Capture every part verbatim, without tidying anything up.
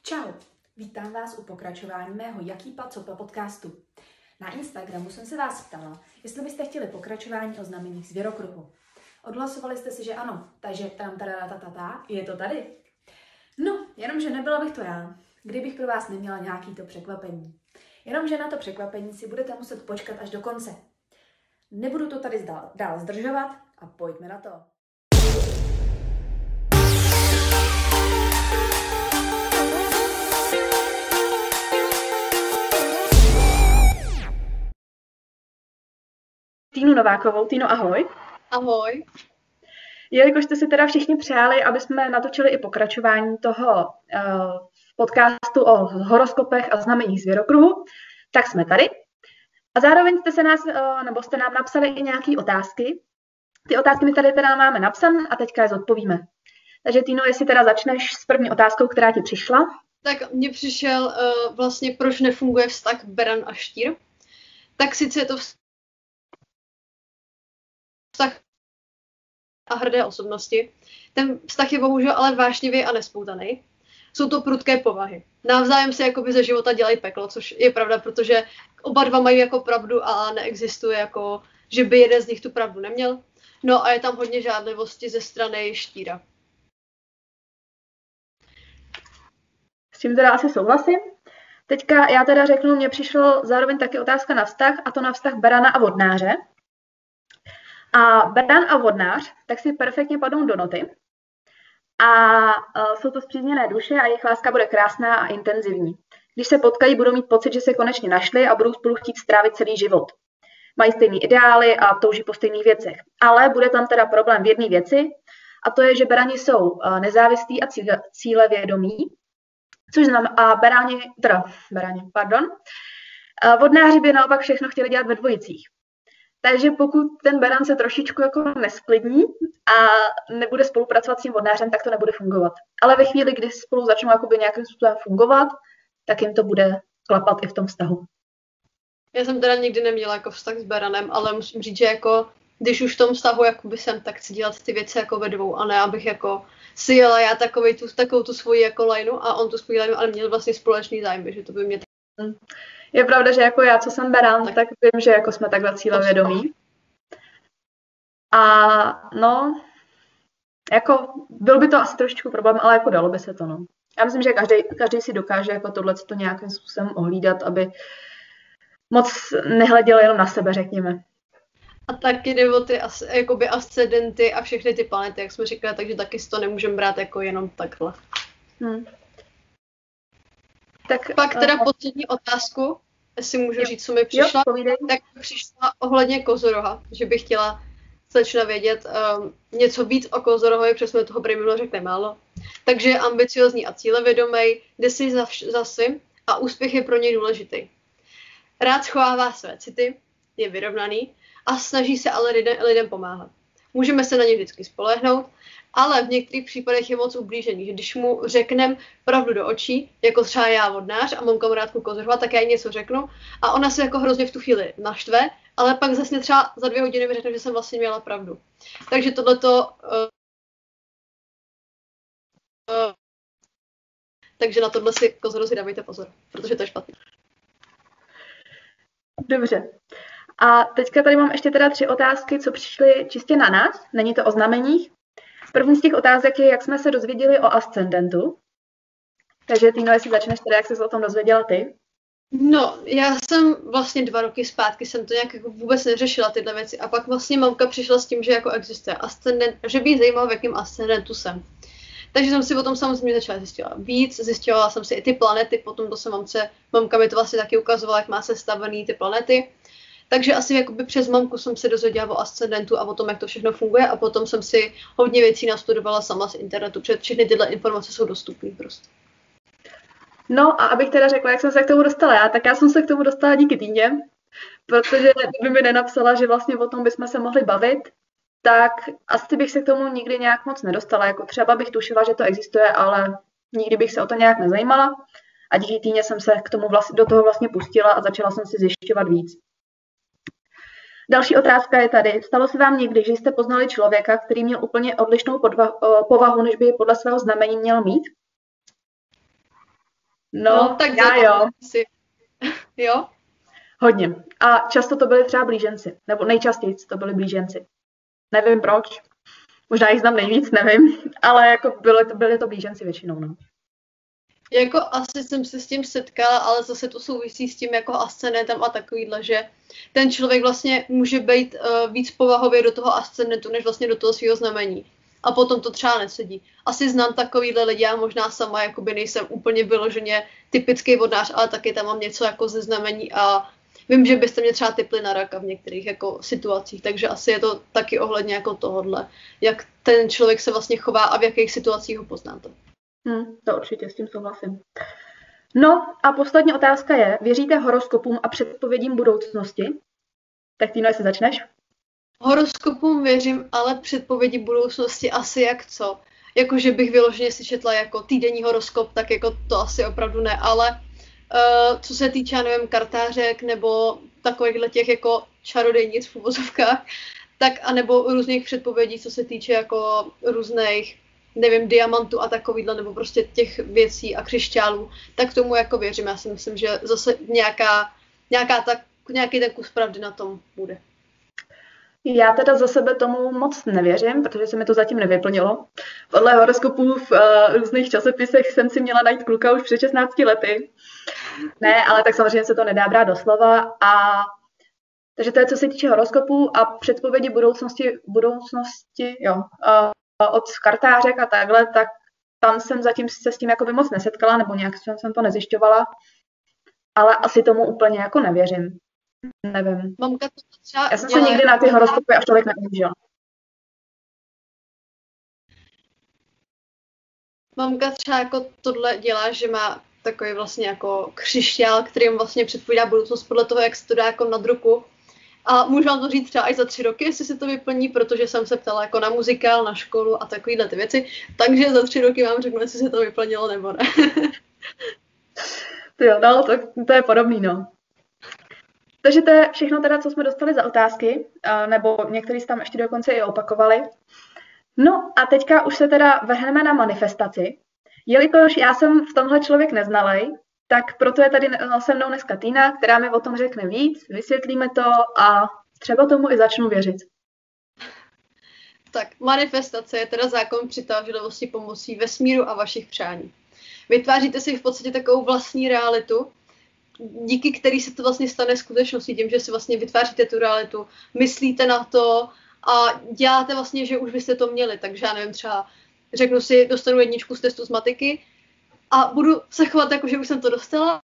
Čau, vítám vás u pokračování mého Jakýpa Copa podcastu. Na Instagramu jsem se vás ptala, jestli byste chtěli pokračování o znameních zvěrokruhu. Odhlasovali jste si, že ano, takže tam tada ta ta ta, je to tady. No, jenomže nebyla bych to já, kdybych pro vás neměla nějaký to překvapení. Jenomže na to překvapení si budete muset počkat až do konce. Nebudu to tady dál, dál zdržovat a pojďme na to. Týnu Novákovou. Týno, ahoj. Ahoj. Jelikož jste si teda všichni přáli, aby jsme natočili i pokračování toho uh, podcastu o horoskopech a znameních zvěrokruhu, tak jsme tady. A zároveň jste se nás, uh, nebo jste nám napsali i nějaké otázky. Ty otázky my tady teda máme napsané a teďka je zodpovíme. Takže Týno, jestli teda začneš s první otázkou, která ti přišla. Tak mně přišel uh, vlastně, proč nefunguje vztah beran a štír. Tak sice je to vztah a hrdé osobnosti. Ten vztah je bohužel ale vášnivý a nespoutaný. Jsou to prudké povahy. Navzájem se jakoby ze života dělají peklo, což je pravda, protože oba dva mají jako pravdu a neexistuje jako, že by jeden z nich tu pravdu neměl. No a je tam hodně žádlivosti ze strany štíra. S tím teda asi souhlasím. Teďka já teda řeknu, mně přišlo zároveň taky otázka na vztah, a to na vztah berana a vodnáře. A beran a vodnář tak si perfektně padnou do noty. A uh, jsou to spřízněné duše a jejich láska bude krásná a intenzivní. Když se potkají, budou mít pocit, že se konečně našli a budou spolu chtít strávit celý život. Mají stejné ideály a touží po stejných věcech. Ale bude tam teda problém v jedné věci, a to je, že berani jsou uh, nezávislí a cíle, cílevědomí, což znamená, a beráni, teda, beráni, pardon, uh, vodnáři by naopak všechno chtěli dělat ve dvojicích. Takže pokud ten beran se trošičku jako nesklidní a nebude spolupracovat s tím vodnářem, tak to nebude fungovat. Ale ve chvíli, kdy spolu začnou jakoby nějakým způsobem fungovat, tak jim to bude klapat i v tom vztahu. Já jsem teda nikdy neměla jako vztah s beranem, ale musím říct, že jako když už v tom vztahu jakoby jsem, tak chci dělat ty věci jako ve dvou, a ne abych jako si jela já takovej tu, takovou tu svoji jako lajnu a on tu svoji lajnu, ale měl vlastně společný zájem, že to by mě... Je pravda, že jako já, co jsem beran, tak, tak vím, že jako jsme takhle cílevědomí. A no, jako byl by to asi trošičku problém, ale jako dalo by se to, no. Já myslím, že každý, každý si dokáže jako tohleto nějakým způsobem ohlídat, aby moc nehleděl jenom na sebe, řekněme. A taky jde o ty jakoby ascendenty a všechny ty planety, jak jsme říkali, takže taky si to nemůžeme brát jako jenom takhle. Hmm. Tak, Pak teda uh, poslední otázku, jestli můžu jo, říct, co mi přišla, jo, tak přišla ohledně kozoroha, že bych chtěla slečna vědět um, něco víc o kozorohovi, protože jsme toho prý řekli málo. Takže je ambiciozní a cílevědomý, jde si za, za svým a úspěch je pro něj důležitý. Rád schovává své city, je vyrovnaný a snaží se ale lidem, lidem pomáhat. Můžeme se na ně vždycky spolehnout, ale v některých případech je moc ublížený, že když mu řekneme pravdu do očí, jako třeba já vodnář a mám kamarádku kozorova, tak já jí něco řeknu a ona se jako hrozně v tu chvíli naštve, ale pak zase třeba za dvě hodiny mi řekne, že jsem vlastně měla pravdu. Takže tohleto... Uh, uh, takže na tohle si kozorovi dávejte pozor, protože to je špatný. Dobře. A teďka tady mám ještě teda tři otázky, co přišly čistě na nás, není to o znameních. První z těch otázek je, jak jsme se dozvěděli o ascendentu. Takže Týno, jestli začneš teda, jak jsi se o tom dozvěděla ty? No, já jsem vlastně dva roky zpátky jsem to nějak jako vůbec neřešila tyhle věci a pak vlastně mamka přišla s tím, že jako existuje ascendent, že by jí zajímalo, v jakém ascendentu jsem. Takže jsem si o tom samozřejmě začala zjistila víc, zjistila jsem si i ty planety, potom to se mamce, mamka mi to vlastně taky ukazovala, jak má sestavený ty planety. Takže asi jakoby přes mamku jsem se dozvěděla o ascendentu a o tom, jak to všechno funguje a potom jsem si hodně věcí nastudovala sama z internetu, protože všechny tyhle informace jsou dostupné prostě. No a abych teda řekla, jak jsem se k tomu dostala já, tak já jsem se k tomu dostala díky Týně, protože kdyby mi nenapsala, že vlastně o tom bychom se mohli bavit, tak asi bych se k tomu nikdy nějak moc nedostala, jako třeba bych tušila, že to existuje, ale nikdy bych se o to nějak nezajímala a díky Týně jsem se k tomu vlastně, do toho vlastně pustila a začala jsem si zjišťovat víc. Další otázka je tady. Stalo se vám někdy, že jste poznali člověka, který měl úplně odlišnou podva- povahu, než by podle svého znamení měl mít? No, no tak já jo. Si. Jo? Hodně. A často to byly třeba blíženci. Nebo nejčastěji to byly blíženci. Nevím proč. Možná jich znám nejvíc, nevím. Ale jako byly to, byly to blíženci většinou, no. Jako asi jsem se s tím setkala, ale zase to souvisí s tím jako ascendentem a takovýhle, že ten člověk vlastně může být uh, víc povahově do toho ascendentu, než vlastně do toho svého znamení. A potom to třeba nesedí. Asi znám takovýhle lidi, já možná sama jakoby nejsem úplně vyloženě typický vodnář, ale taky tam mám něco jako ze znamení a vím, že byste mě třeba tipli na raka v některých jako situacích, takže asi je to taky ohledně jako tohodle, jak ten člověk se vlastně chová a v jakých situacích ho poznáte. Hmm, to určitě, s tím souhlasím. No a poslední otázka je, věříte horoskopům a předpovědím budoucnosti? Tak Týno, jestli začneš? Horoskopům věřím, ale předpovědi budoucnosti asi jak co. Jakože bych vyloženě si četla jako týdenní horoskop, tak jako to asi opravdu ne, ale uh, co se týče, nevím, kartářek nebo takovýchhle těch jako čarodejnic v uvozovkách, tak anebo různých předpovědí, co se týče jako různých, nevím, diamantů a takovýhle, nebo prostě těch věcí a křišťálů, tak tomu jako věřím. Já si myslím, že zase nějaká, nějaká tak, nějaký ten kus pravdy na tom bude. Já teda za sebe tomu moc nevěřím, protože se mi to zatím nevyplnilo. Podle horoskopů v uh, různých časopisech jsem si měla najít kluka už před šestnácti lety. Ne, ale tak samozřejmě se to nedá brát doslova. A takže to je, co se týče horoskopů a předpovědi budoucnosti, budoucnosti jo, uh, od kartářek a takhle, tak tam jsem zatím se s tím jako by moc nesetkala, nebo nějak jsem to nezjišťovala, ale asi tomu úplně jako nevěřím. Nevím. Mamka to třeba Já jsem se nikdy na ty horoskopy až tolik neužila. Mamka třeba jako tohle dělá, že má takový vlastně jako křišťál, který mu vlastně předpovídá budoucnost podle toho, jak se to dá jako nad ruku. A můžu vám to říct třeba až za tři roky, jestli se to vyplní, protože jsem se ptala jako na muzikál, na školu a takovýhle ty věci. Takže za tři roky vám řeknu, jestli se to vyplnilo nebo ne. Jo, no, to, to je podobný, no. Takže to je všechno teda, co jsme dostali za otázky, nebo některý se tam ještě dokonce i opakovali. No a teďka už se teda vrhneme na manifestaci. Jelikož já jsem v tomhle člověk neznalej, tak proto je tady se mnou dneska Týna, která mi o tom řekne víc, vysvětlíme to a třeba tomu i začnu věřit. Tak manifestace je teda zákon přitažlivosti pomocí vesmíru a vašich přání. Vytváříte si v podstatě takovou vlastní realitu, díky který se to vlastně stane skutečností, tím, že si vlastně vytváříte tu realitu, myslíte na to a děláte vlastně, že už byste to měli. Takže já nevím, třeba řeknu si, dostanu jedničku z testu z matiky a budu se chovat jako, že už jsem to dostala.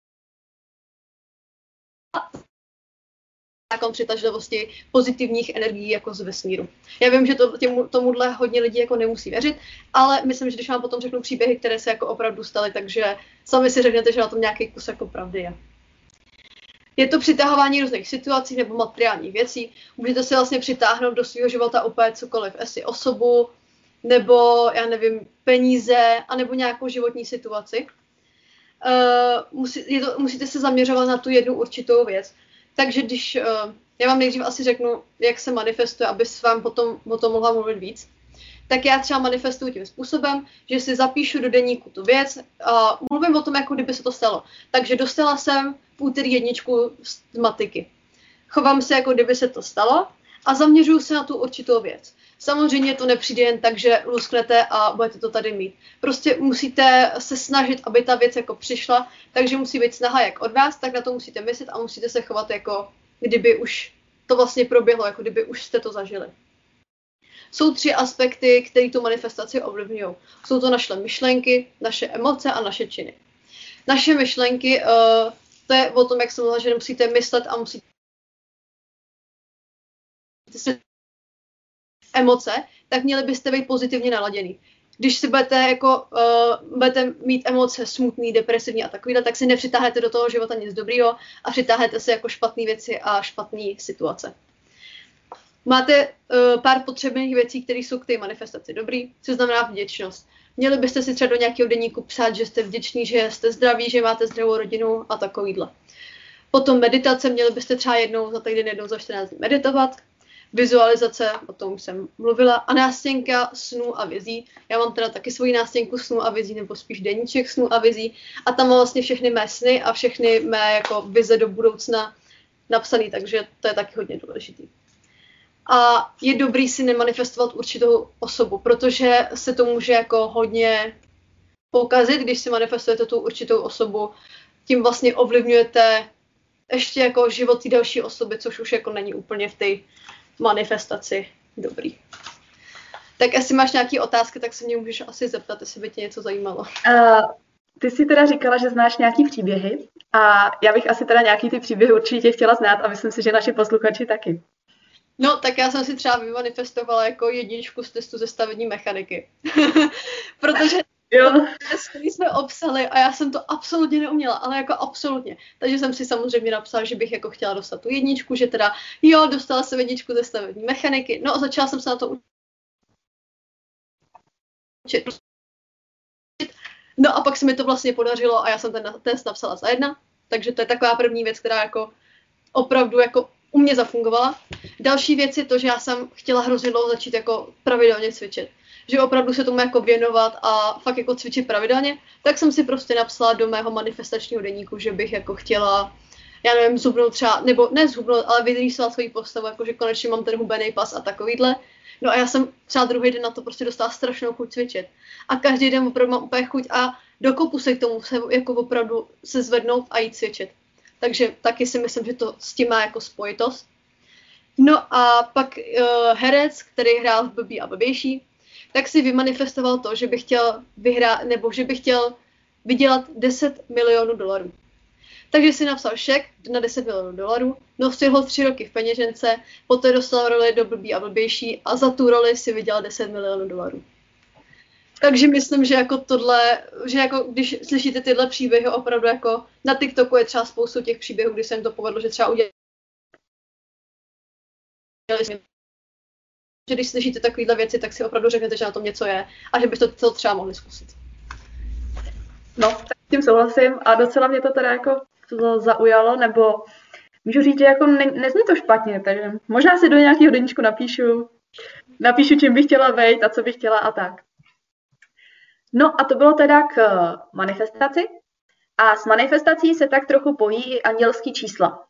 Zákon přitažlivosti pozitivních energií jako z vesmíru. Já vím, že to, těmu, tomuhle hodně lidí jako nemusí věřit, ale myslím, že když vám potom řeknu příběhy, které se jako opravdu staly, takže sami si řeknete, že na tom nějaký kus jako pravdy je. Je to přitahování různých situací nebo materiálních věcí. Můžete si vlastně přitáhnout do svého života opět cokoliv, jestli osobu, nebo já nevím, peníze, anebo nějakou životní situaci. Uh, musí, je to, musíte se zaměřovat na tu jednu určitou věc. Takže když, uh, já vám nejdřív asi řeknu, jak se manifestuje, aby s vám potom o tom mohla mluvit víc, tak já třeba manifestuji tím způsobem, že si zapíšu do deníku tu věc a mluvím o tom, jako kdyby se to stalo. Takže dostala jsem v úterý jedničku z matiky. Chovám se, jako kdyby se to stalo a zaměřuju se na tu určitou věc. Samozřejmě to nepřijde jen tak, že lusknete a budete to tady mít. Prostě musíte se snažit, aby ta věc jako přišla, takže musí být snaha jak od vás, tak na to musíte myslet a musíte se chovat jako kdyby už to vlastně proběhlo, jako kdyby už jste to zažili. Jsou tři aspekty, které tu manifestaci ovlivňují. Jsou to naše myšlenky, naše emoce a naše činy. Naše myšlenky, uh, to je o tom, jak jsem mluvila, že musíte myslet a musíte si emoce, tak měli byste být pozitivně naladěný. Když si budete, jako, uh, budete mít emoce smutný, depresivní a takovýhle, tak si nepřitáhnete do toho života nic dobrýho a přitáhnete si jako špatné věci a špatné situace. Máte uh, pár potřebných věcí, které jsou k té manifestaci dobrý, co znamená vděčnost. Měli byste si třeba do nějakého deníku psát, že jste vděční, že jste zdraví, že máte zdravou rodinu a takovýhle. Potom meditace, měli byste třeba jednou za týden, jednou za čtrnáct dní meditovat. Vizualizace, o tom jsem mluvila, a nástěnka snů a vizí. Já mám teda taky svoji nástěnku snů a vizí, nebo spíš deníček snů a vizí. A tam mám vlastně všechny mé sny a všechny mé jako vize do budoucna napsaný, takže to je taky hodně důležitý. A je dobrý si nemanifestovat určitou osobu, protože se to může jako hodně pokazit, když si manifestujete tu určitou osobu, tím vlastně ovlivňujete ještě jako život té další osoby, což už jako není úplně v té manifestaci dobrý. Tak jestli máš nějaké otázky, tak se mě můžeš asi zeptat, jestli by tě něco zajímalo. Uh, ty jsi teda říkala, že znáš nějaký příběhy a já bych asi teda nějaký ty příběhy určitě chtěla znát a myslím si, že naši posluchači taky. No, tak já jsem si třeba vymanifestovala jako jedničku z testu ze stavební mechaniky. Protože jo. test, který jsme obsali a já jsem to absolutně neuměla, ale jako absolutně. Takže jsem si samozřejmě napsala, že bych jako chtěla dostat tu jedničku, že teda jo, dostala jsem jedničku ze stavební mechaniky. No a začala jsem se na to učit. No a pak se mi to vlastně podařilo a já jsem ten test napsala za jedna. Takže to je taková první věc, která jako opravdu jako u mě zafungovala. Další věc je to, že já jsem chtěla hrozně dlouho začít jako pravidelně cvičit. Že opravdu se tomu jako věnovat a fakt jako cvičit pravidelně, tak jsem si prostě napsala do mého manifestačního deníku, že bych jako chtěla, já nevím, zhubnout třeba, nebo ne zhubnout, ale vyrýsovat svoji postavu, jakože konečně mám ten hubený pas a takovýhle. No a já jsem třeba druhý den na to prostě dostala strašnou chuť cvičit. A každý den opravdu mám úplně chuť a dokopu se k tomu se jako opravdu se zvednout a jít cvičit. Takže taky si myslím, že to s tím má jako spojitost. No a pak uh, herec, který hrál v Blbý a blbější, tak si vymanifestoval to, že by chtěl vyhrát, nebo že by chtěl vydělat deset milionů dolarů. Takže si napsal šek na deset milionů dolarů, nosil ho tři roky v peněžence, poté dostal roli do Blbý a blbější a za tu roli si vydělal deset milionů dolarů. Takže myslím, že jako tohle, že jako když slyšíte tyhle příběhy, opravdu jako na TikToku je třeba spoustu těch příběhů, kdy se jim to povedlo, že třeba udělali, že když slyšíte takovéhle věci, tak si opravdu řeknete, že na tom něco je a že byste to třeba mohli zkusit. No, tak s tím souhlasím a docela mě to teda jako zaujalo, nebo můžu říct, že jako ne, nezní to špatně, takže možná si do nějakého deníčku napíšu, napíšu, čím bych chtěla vejít a co bych chtěla a tak. No a to bylo teda k manifestaci a s manifestací se tak trochu pojí i andělský čísla.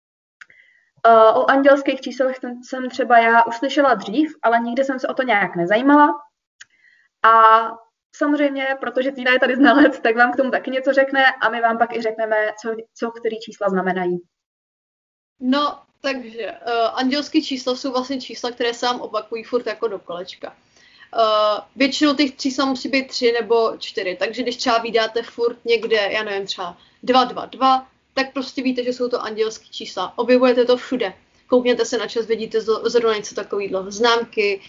O andělských číslech jsem třeba já už slyšela dřív, ale nikdy jsem se o to nějak nezajímala. A samozřejmě, protože Týna je tady znalec, tak vám k tomu taky něco řekne a my vám pak i řekneme, co, co který čísla znamenají. No, takže uh, andělský čísla jsou vlastně čísla, které se vám opakují furt jako do kolečka. Uh, většinou těch čísla musí být tři nebo čtyři, takže když třeba vydáte furt někde, já nevím, třeba dva, dva, dva, tak prostě víte, že jsou to andělský čísla. Objevujete to všude. Koukněte se na čas, vidíte zrovna něco takového. Známky.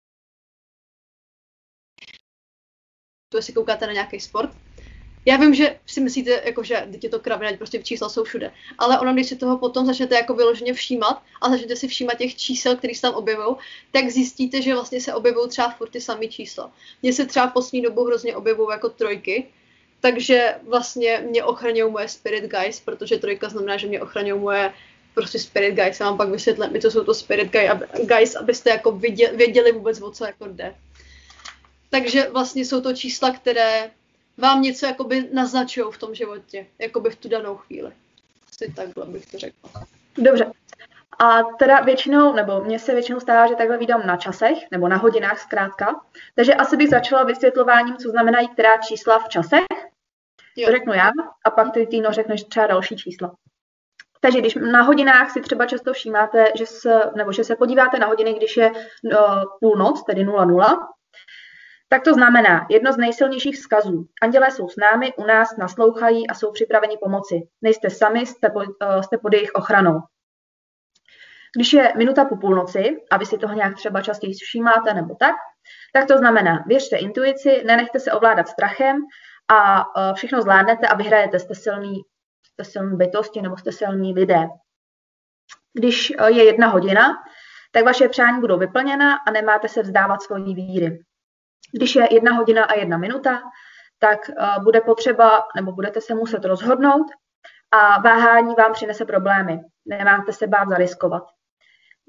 To jestli koukáte na nějaký sport. Já vím, že si myslíte, jako, že je to kravina, prostě čísla jsou všude. Ale ono, když si toho potom začnete jako vyloženě všímat a začnete si všímat těch čísel, které se tam objevují, tak zjistíte, že vlastně se objevují třeba furt ty samé čísla. Mně se třeba poslední dobou hrozně objevují jako trojky, takže vlastně mě ochraňují moje spirit guides, protože trojka znamená, že mě ochraňují moje prostě spirit guides. Já vám pak vysvětlím, co jsou to spirit guides, abyste jako věděli, věděli vůbec, o co jako jde. Takže vlastně jsou to čísla, které vám něco jakoby naznačují v tom životě, jakoby v tu danou chvíli. Asi takhle bych to řekla. Dobře. A teda většinou, nebo mně se většinou stává, že takhle vídám na časech, nebo na hodinách zkrátka. Takže asi bych začala vysvětlováním, co znamenají která čísla v časech. Jo. To řeknu já a pak ty Týno řekneš třeba další čísla. Takže když na hodinách si třeba často všímáte, že se, nebo že se podíváte na hodiny, když je no, půlnoc, tedy nula nula, tak to znamená jedno z nejsilnějších vzkazů. Andělé jsou s námi, u nás naslouchají a jsou připraveni pomoci. Nejste sami, jste, po, jste pod jejich ochranou. Když je minuta po půlnoci, a vy si toho nějak třeba častěji všímáte nebo tak, tak to znamená, věřte intuici, nenechte se ovládat strachem a všechno zvládnete a vyhrajete, jste silný, jste silný bytosti nebo jste silní lidé. Když je jedna hodina, tak vaše přání budou vyplněna a nemáte se vzdávat svojí víry. Když je jedna hodina a jedna minuta, tak bude potřeba, nebo budete se muset rozhodnout a váhání vám přinese problémy. Nemáte se bát zariskovat.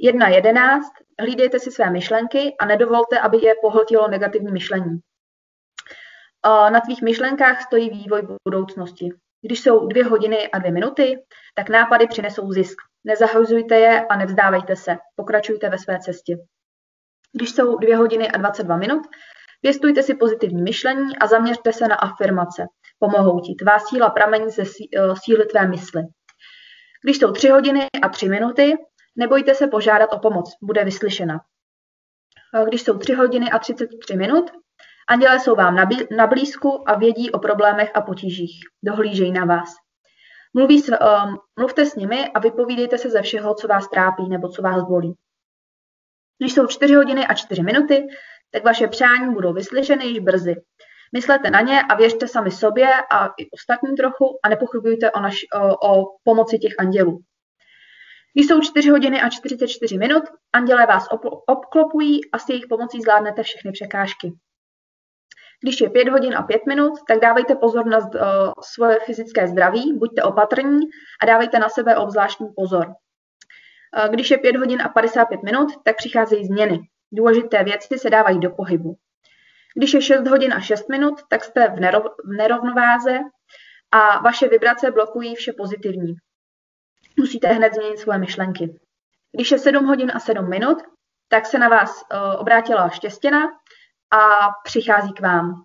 jedna jedenáct. Hlídejte si své myšlenky a nedovolte, aby je pohltilo negativní myšlení. Na tvých myšlenkách stojí vývoj budoucnosti. Když jsou dvě hodiny a dvě minuty, tak nápady přinesou zisk. Nezahazujte je a nevzdávejte se. Pokračujte ve své cestě. Když jsou dvě hodiny a dvacet dva minut, pěstujte si pozitivní myšlení a zaměřte se na afirmace. Pomohou ti. Tvá síla pramení ze síly tvé mysli. Když jsou tři hodiny a tři minuty, nebojte se požádat o pomoc. Bude vyslyšena. Když jsou tři hodiny a třicet tři minut, andělé jsou vám na blízku a vědí o problémech a potížích. Dohlížejí na vás. Mluví s, uh, mluvte s nimi a vypovídejte se ze všeho, co vás trápí nebo co vás bolí. Když jsou čtyři hodiny a čtyři minuty, tak vaše přání budou vyslyšeny již brzy. Myslete na ně a věřte sami sobě a i ostatním trochu a nepochybujte o, naš, o, o pomoci těch andělů. Když jsou čtyři hodiny a čtyřicet čtyři minut, andělé vás op- obklopují a s jejich pomocí zvládnete všechny překážky. Když je pět hodin a pět minut, tak dávejte pozor na uh, svoje fyzické zdraví, buďte opatrní a dávejte na sebe obzvláštní pozor. Uh, když je pět hodin a padesát pět minut, tak přicházejí změny. Důležité věci se dávají do pohybu. Když je šest hodin a šest minut, tak jste v, nerov, v nerovnováze a vaše vibrace blokují vše pozitivní. Musíte hned změnit svoje myšlenky. Když je sedm hodin a sedm minut, tak se na vás uh, obrátila štěstěna a přichází k vám.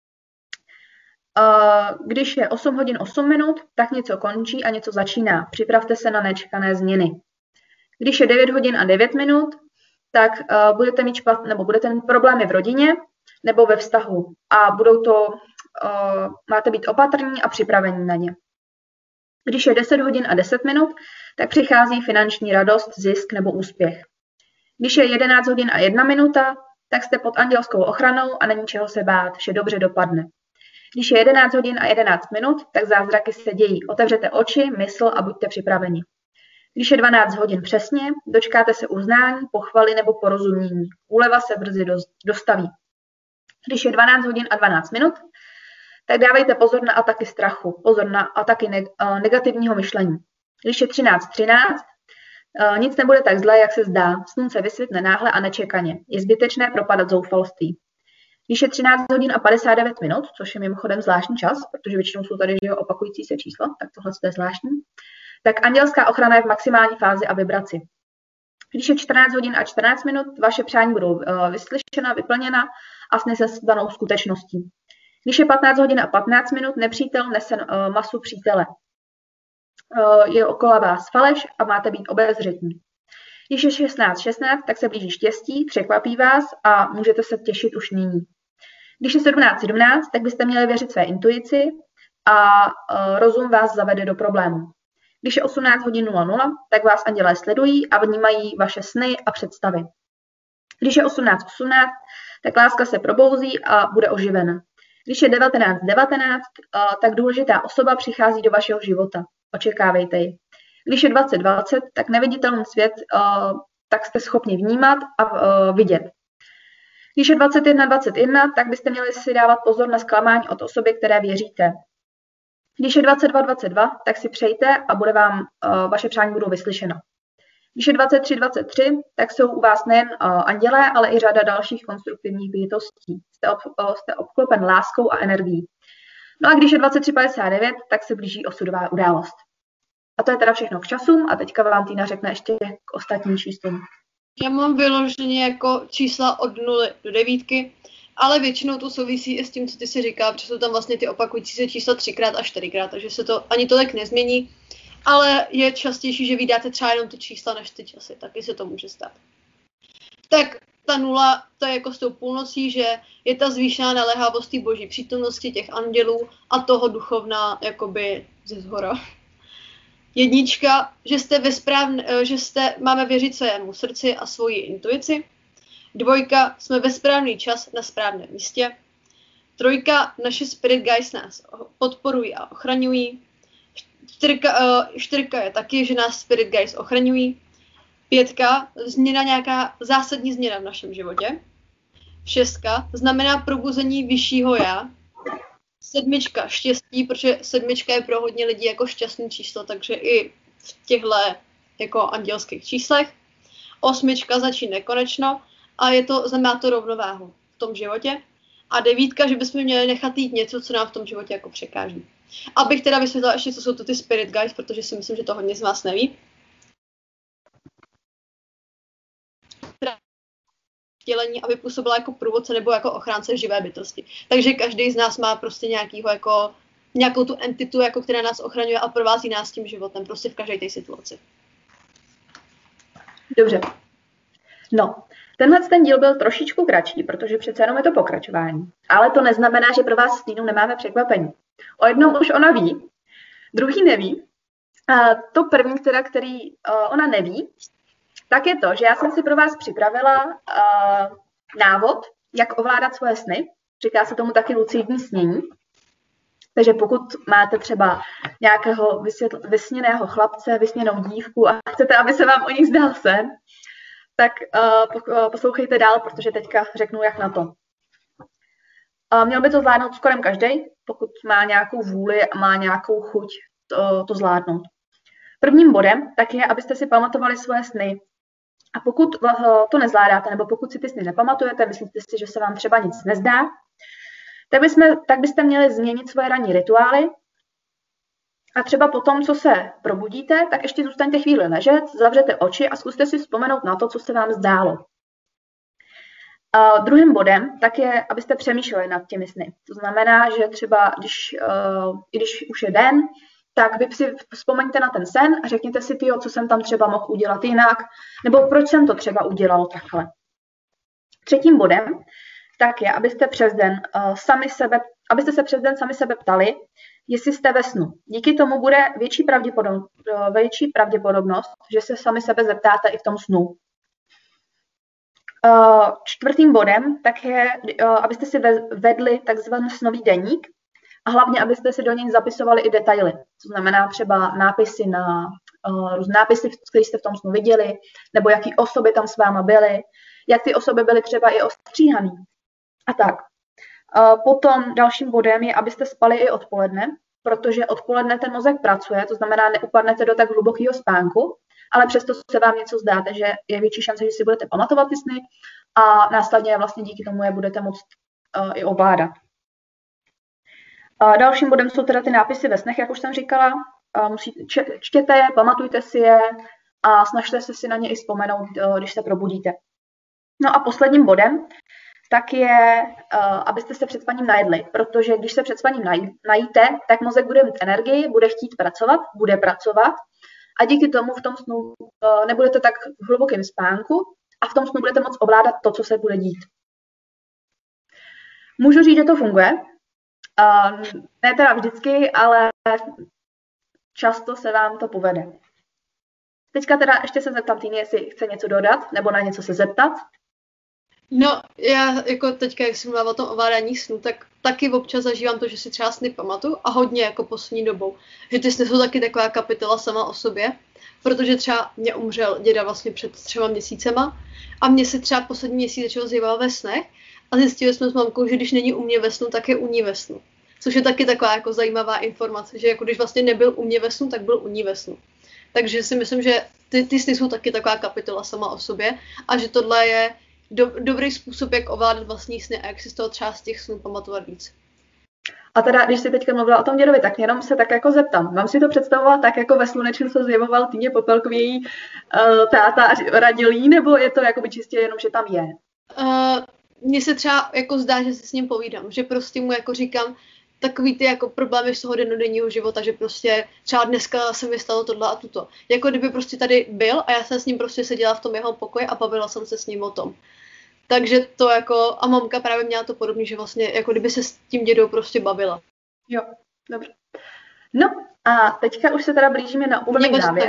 Když je osm hodin osm minut, tak něco končí a něco začíná. Připravte se na nečekané změny. Když je devět hodin a devět minut, tak budete mít špat, nebo budete mít problémy v rodině nebo ve vztahu a budou to, máte být opatrní a připravení na ně. Když je deset hodin a deset minut, tak přichází finanční radost, zisk nebo úspěch. Když je jedenáct hodin a jedna minuta, tak jste pod andělskou ochranou a není čeho se bát, vše dobře dopadne. Když je jedenáct hodin a jedenáct minut, tak zázraky se dějí. Otevřete oči, mysl a buďte připraveni. Když je dvanáct hodin přesně, dočkáte se uznání, pochvaly nebo porozumění. Úleva se brzy dostaví. Když je dvanáct hodin a dvanáct minut, tak dávejte pozor na ataky strachu, pozor na ataky negativního myšlení. Když je třináct třináct, nic nebude tak zlé, jak se zdá. Slunce vysvětne náhle a nečekaně. Je zbytečné propadat zoufalství. Když je třináct hodin a padesát devět minut, což je mimochodem zvláštní čas, protože většinou jsou tady že opakující se číslo, tak tohle je zvláštní, tak andělská ochrana je v maximální fázi a vibraci. Když je čtrnáct hodin a čtrnáct minut, vaše přání budou vyslyšena, vyplněna a sny se stanou skutečností. Když je patnáct hodin a patnáct minut, nepřítel nese masu přítele. Je okolo vás faleš a máte být obezřetní. Když je šestnáct šestnáct, tak se blíží štěstí, překvapí vás a můžete se těšit už nyní. Když je sedmnáct sedmnáct, tak byste měli věřit své intuici a rozum vás zavede do problému. Když je osmnáct hodin nula nula, tak vás andělé sledují a vnímají vaše sny a představy. Když je osmnáct osmnáct, tak láska se probouzí a bude oživena. Když je devatenáct devatenáct, tak důležitá osoba přichází do vašeho života. Očekávejte ji. Když je dvacet dvacet, tak neviditelný svět tak jste schopni vnímat a vidět. Když je dvacet jedna dvacet jedna, tak byste měli si dávat pozor na zklamání od osoby, které věříte. Když je dvacet dva dvacet dva, tak si přejte a bude vám, vaše přání budou vyslyšena. Když je dvacet tři dvacet tři, tak jsou u vás nejen andělé, ale i řada dalších konstruktivních bytostí. Jste, ob, jste obklopen láskou a energií. No a když je dvacet tři padesát devět, tak se blíží osudová událost. A to je teda všechno k časům a teďka vám Týna řekne ještě k ostatním číslům. Já mám vyloženě jako čísla od nuly do devítky, ale většinou to souvisí i s tím, co ty si říkal, protože jsou tam vlastně ty opakující se čísla třikrát a čtyřikrát, takže se to ani tolik nezmění, ale je častější, že vydáte třeba jenom ty čísla než ty časy, taky se to může stát. Tak ta nula, to je jako s tou půlnocí, že je ta zvýšená naléhavost té boží přítomnosti těch andělů a toho duchovna jakoby ze zhora. Jednička, že jste ve správn, že jste, máme věřit svému srdci a svoji intuici. Dvojka, jsme ve správný čas na správném místě. Trojka, naše spirit guides nás podporují a ochraňují. Čtyřka, čtyřka je taky, že nás spirit guides ochraňují. Pětka, změna nějaká zásadní změna v našem životě. Šestka, znamená probuzení vyššího já. Sedmička, štěstí, protože sedmička je pro hodně lidí jako šťastný číslo, takže i v těchto jako andělských číslech. Osmička začít nekonečno a je to, znamená to rovnováhu v tom životě. A devítka, že bychom měli nechat jít něco, co nám v tom životě jako překáží. Abych teda vysvětlila ještě, co jsou to ty spirit guides, protože si myslím, že to hodně z vás neví. Vtělení, aby působila jako průvodce nebo jako ochránce živé bytosti. Takže každý z nás má prostě nějakýho jako, nějakou tu entitu, jako která nás ochraňuje a provází nás tím životem, prostě v každé té situaci. Dobře. No, tenhle ten díl byl trošičku kratší, protože přece jenom je to pokračování. Ale to neznamená, že pro vás s Týnou nemáme překvapení. O jednom už ona ví, druhý neví. A to první, teda, který uh, ona neví, tak je to, že já jsem si pro vás připravila uh, návod, jak ovládat svoje sny. Říká se tomu taky lucidní snění. Takže pokud máte třeba nějakého vysvětl- vysněného chlapce, vysněnou dívku a chcete, aby se vám o nich zdál sen, tak uh, poslouchejte dál, protože teďka řeknu, jak na to. Uh, měl by to zvládnout skoro každý, pokud má nějakou vůli a má nějakou chuť to, to zvládnout. Prvním bodem tak je, abyste si pamatovali svoje sny. A pokud to nezvládáte, nebo pokud si ty sny nepamatujete, myslíte si, že se vám třeba nic nezdá, tak, bychom, tak byste měli změnit svoje ranní rituály. A třeba po tom, co se probudíte, tak ještě zůstaňte chvíli ležet, zavřete oči a zkuste si vzpomenout na to, co se vám zdálo. A druhým bodem tak je, abyste přemýšleli nad těmi sny. To znamená, že třeba, když, uh, i když už je den, tak vy si vzpomeňte na ten sen a řekněte si, tyjo, co jsem tam třeba mohl udělat jinak, nebo proč jsem to třeba udělal takhle. Třetím bodem tak je, abyste přes den uh, sami sebe, abyste se přes den sami sebe ptali, jestli jste ve snu. Díky tomu bude větší, pravděpodob, uh, větší pravděpodobnost, že se sami sebe zeptáte i v tom snu. Uh, čtvrtým bodem tak je, uh, abyste si vedli takzvaný snový deník a hlavně, abyste si do něj zapisovali i detaily. To znamená třeba nápisy na uh, nápisy, které jste v tom snu viděli, nebo jaký osoby tam s váma byly, jak ty osoby byly třeba i ostříhaný. A tak. Uh, potom dalším bodem je, abyste spali i odpoledne, protože odpoledne ten mozek pracuje, to znamená, neupadnete do tak hlubokého spánku, ale přesto se vám něco zdá, takže je větší šance, že si budete pamatovat ty sny a následně vlastně díky tomu je budete moct uh, i ovládat. Uh, dalším bodem jsou teda ty nápisy ve snech, jak už jsem říkala. Uh, musíte, čtěte je, pamatujte si je a snažte se si na ně i vzpomenout, uh, když se probudíte. No a posledním bodem tak je, uh, abyste se před spaním najedli, protože když se před spaním naj, najíte, tak mozek bude mít energii, bude chtít pracovat, bude pracovat a díky tomu v tom snu uh, nebudete tak v hlubokém spánku a v tom snu budete moct ovládat to, co se bude dít. Můžu říct, že to funguje. Uh, ne teda vždycky, ale často se vám to povede. Teďka teda ještě se zeptám Týny, jestli chce něco dodat nebo na něco se zeptat. No, já jako teďka, jak jsem mluvila o tom ovládání snů, tak taky občas zažívám to, že si třeba sny pamatuju a hodně jako poslední dobou. Že ty sny jsou taky taková kapitola sama o sobě, protože třeba mě umřel děda vlastně před třema měsícema a mě se třeba poslední měsíc začalo zjevat ve snech a zjistili jsme s mamkou, že když není u mě ve snu, tak je u ní ve snu. Což je taky taková jako zajímavá informace, že jako když vlastně nebyl u mě ve snu, tak byl u ní ve snu. Takže si myslím, že ty, ty sny jsou taky taková kapitola sama o sobě a že tohle je do, dobrý způsob, jak ovládat vlastní sny a jak si z toho třeba z těch snů pamatovat víc. A teda, když jsi teďka mluvila o tom dědovi, tak jenom se tak jako zeptám. Mám si to představovat tak, jako ve Slunečnu se zjevoval Týně Popelkový její uh, táta a radil jí, nebo je to jakoby čistě jenom, že tam je? Uh, mně se třeba jako zdá, že se s ním povídám, že prostě mu jako říkám takový ty jako problémy z toho dennodenního života, že prostě třeba dneska se mi stalo tohle a tuto. Jako kdyby prostě tady byl a já jsem s ním prostě seděla v tom jeho pokoji a bavila jsem se s ním o tom. Takže to jako, a mamka právě měla to podobně, že vlastně jako kdyby se s tím dědou prostě bavila. Jo, dobře. No a teďka už se teda blížíme na úplný závěr.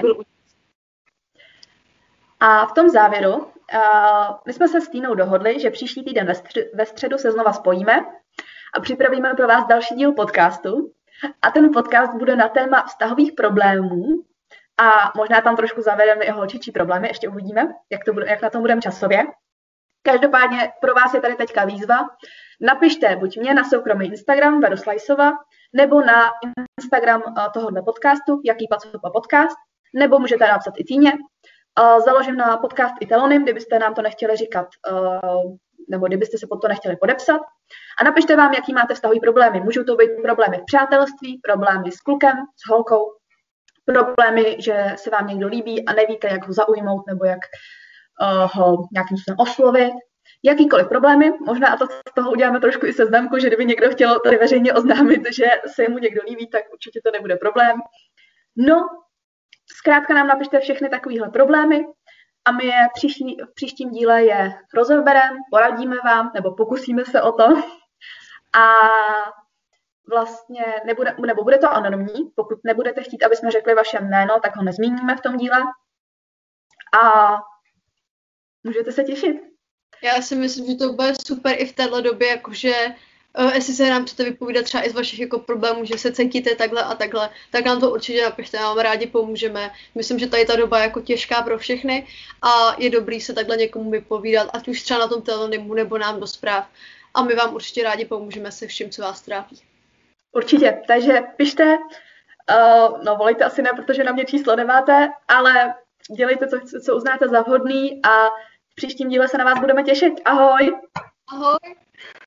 A v tom závěru uh, my jsme se s Týnou dohodli, že příští týden ve, stři- ve středu se znova spojíme a připravíme pro vás další díl podcastu. A ten podcast bude na téma vztahových problémů a možná tam trošku zavedeme i holčičí problémy, ještě uvidíme, jak, to bude, jak na tom budeme časově. Každopádně pro vás je tady teďka výzva. Napište buď mě na soukromý Instagram Veru Slajsova, nebo na Instagram tohohle podcastu, Jaký Pacopa podcast, nebo můžete napsat i Týně. Uh, založím na podcast i Telonym, kdybyste nám to nechtěli říkat, uh, nebo kdybyste se pod to nechtěli podepsat. A napište vám, jaký máte vztahový problémy. Můžou to být problémy v přátelství, problémy s klukem, s holkou, problémy, že se vám někdo líbí a nevíte, jak ho zaujmout nebo jak uh, ho nějakým způsobem oslovit. Jakýkoliv problémy, možná a to z toho uděláme trošku i seznamku, že kdyby někdo chtěl tady veřejně oznámit, že se mu někdo líbí, tak určitě to nebude problém. No, zkrátka nám napište všechny takovéhle problémy a my je příští, v příštím díle je rozebereme, poradíme vám, nebo pokusíme se o to. A vlastně nebude, nebo bude to anonymní, pokud nebudete chtít, aby jsme řekli vaše jméno, tak ho nezmíníme v tom díle. A můžete se těšit. Já si myslím, že to bude super i v téhle době, jakože uh, jestli se nám chcete vypovídat třeba i z vašich jako problémů, že se cítíte takhle a takhle, tak nám to určitě napište, vám rádi pomůžeme. Myslím, že tady ta doba je jako těžká pro všechny a je dobrý se takhle někomu vypovídat, ať už třeba na tom Telonymu nebo nám do zpráv. A my vám určitě rádi pomůžeme se vším, co vás trápí. Určitě, takže pište, uh, no volejte asi ne, protože na mě číslo nemáte, ale dělejte, co, co uznáte za vhodný a v příštím díle se na vás budeme těšit. Ahoj! Ahoj!